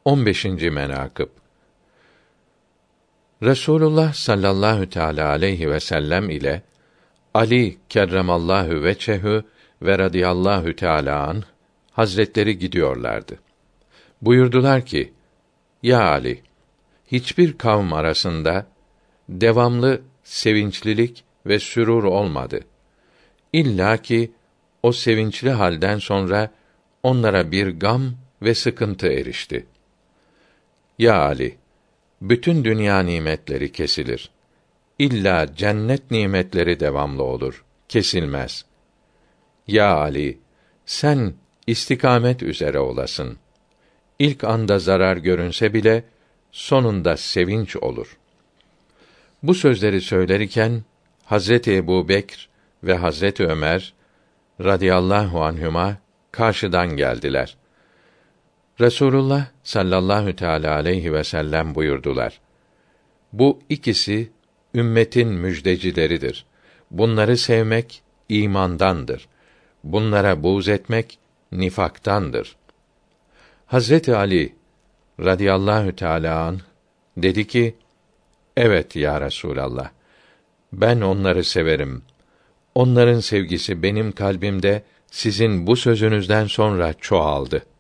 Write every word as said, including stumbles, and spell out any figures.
on beşinci menakıb Resulullah sallallahu teâlâ aleyhi ve sellem ile Ali kerremallahu veçhehü ve radıyallahu teâlâ anh hazretleri gidiyorlardı. Buyurdular ki: Ya Ali, hiçbir kavm arasında devamlı sevinçlilik ve sürur olmadı. İlla ki o sevinçli halden sonra onlara bir gam ve sıkıntı erişti. Ya Ali, bütün dünya nimetleri kesilir. İlla cennet nimetleri devamlı olur, kesilmez. Ya Ali, sen istikamet üzere olasın. İlk anda zarar görünse bile sonunda sevinç olur. Bu sözleri söylerken Hazreti Ebubekr ve Hazreti Ömer radıyallahu anhüma karşıdan geldiler. Resulullah sallallahu teâlâ aleyhi ve sellem buyurdular: Bu ikisi ümmetin müjdecileridir. Bunları sevmek imandandır. Bunlara buğz etmek nifaktandır. Hazreti Ali radıyallahu teâlâ anh dedi ki: Evet ya Resûlallah, ben onları severim. Onların sevgisi benim kalbimde sizin bu sözünüzden sonra çoğaldı.